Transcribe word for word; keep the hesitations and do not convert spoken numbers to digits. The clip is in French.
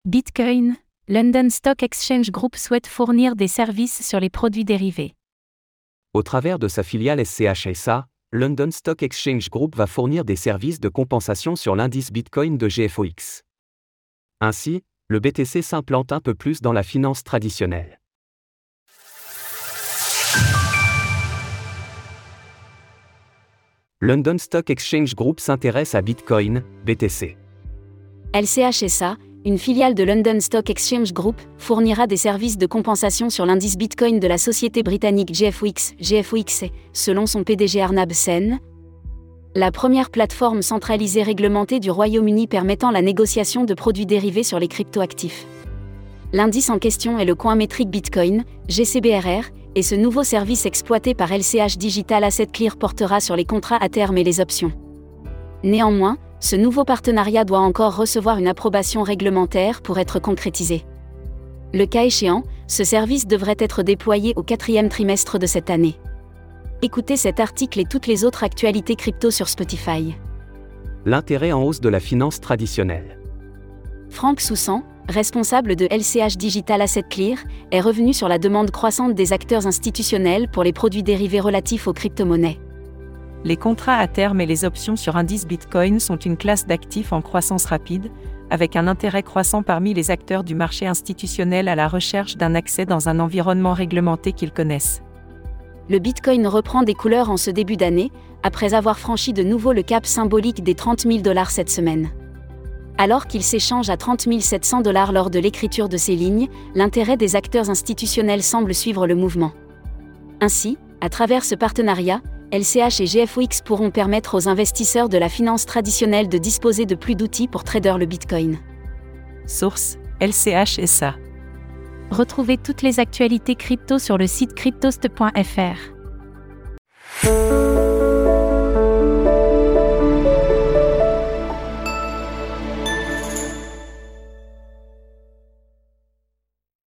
Bitcoin, London Stock Exchange Group souhaite fournir des services sur les produits dérivés. Au travers de sa filiale S C H S A, London Stock Exchange Group va fournir des services de compensation sur l'indice Bitcoin de G F O X. Ainsi, le B T C s'implante un peu plus dans la finance traditionnelle. London Stock Exchange Group s'intéresse à Bitcoin, B T C. L C H S A, une filiale de London Stock Exchange Group, fournira des services de compensation sur l'indice Bitcoin de la société britannique G F O X. G F O X est, selon son P D G Arnab Sen, la première plateforme centralisée réglementée du Royaume-Uni permettant la négociation de produits dérivés sur les cryptoactifs. L'indice en question est le coin métrique Bitcoin, G C B R R, et ce nouveau service exploité par L C H Digital Asset Clear portera sur les contrats à terme et les options. Néanmoins, ce nouveau partenariat doit encore recevoir une approbation réglementaire pour être concrétisé. Le cas échéant, ce service devrait être déployé au quatrième trimestre de cette année. Écoutez cet article et toutes les autres actualités crypto sur Spotify. L'intérêt en hausse de la finance traditionnelle. Franck Soussan, responsable de L C H Digital Asset Clear, est revenu sur la demande croissante des acteurs institutionnels pour les produits dérivés relatifs aux crypto-monnaies. Les contrats à terme et les options sur indice Bitcoin sont une classe d'actifs en croissance rapide, avec un intérêt croissant parmi les acteurs du marché institutionnel à la recherche d'un accès dans un environnement réglementé qu'ils connaissent. Le Bitcoin reprend des couleurs en ce début d'année, après avoir franchi de nouveau le cap symbolique des trente mille dollars cette semaine. Alors qu'il s'échange à trente mille sept cents dollars lors de l'écriture de ces lignes, l'intérêt des acteurs institutionnels semble suivre le mouvement. Ainsi, à travers ce partenariat, L C H et G F O X pourront permettre aux investisseurs de la finance traditionnelle de disposer de plus d'outils pour trader le Bitcoin. Source: L C H S A. Retrouvez toutes les actualités crypto sur le site cryptost point f r.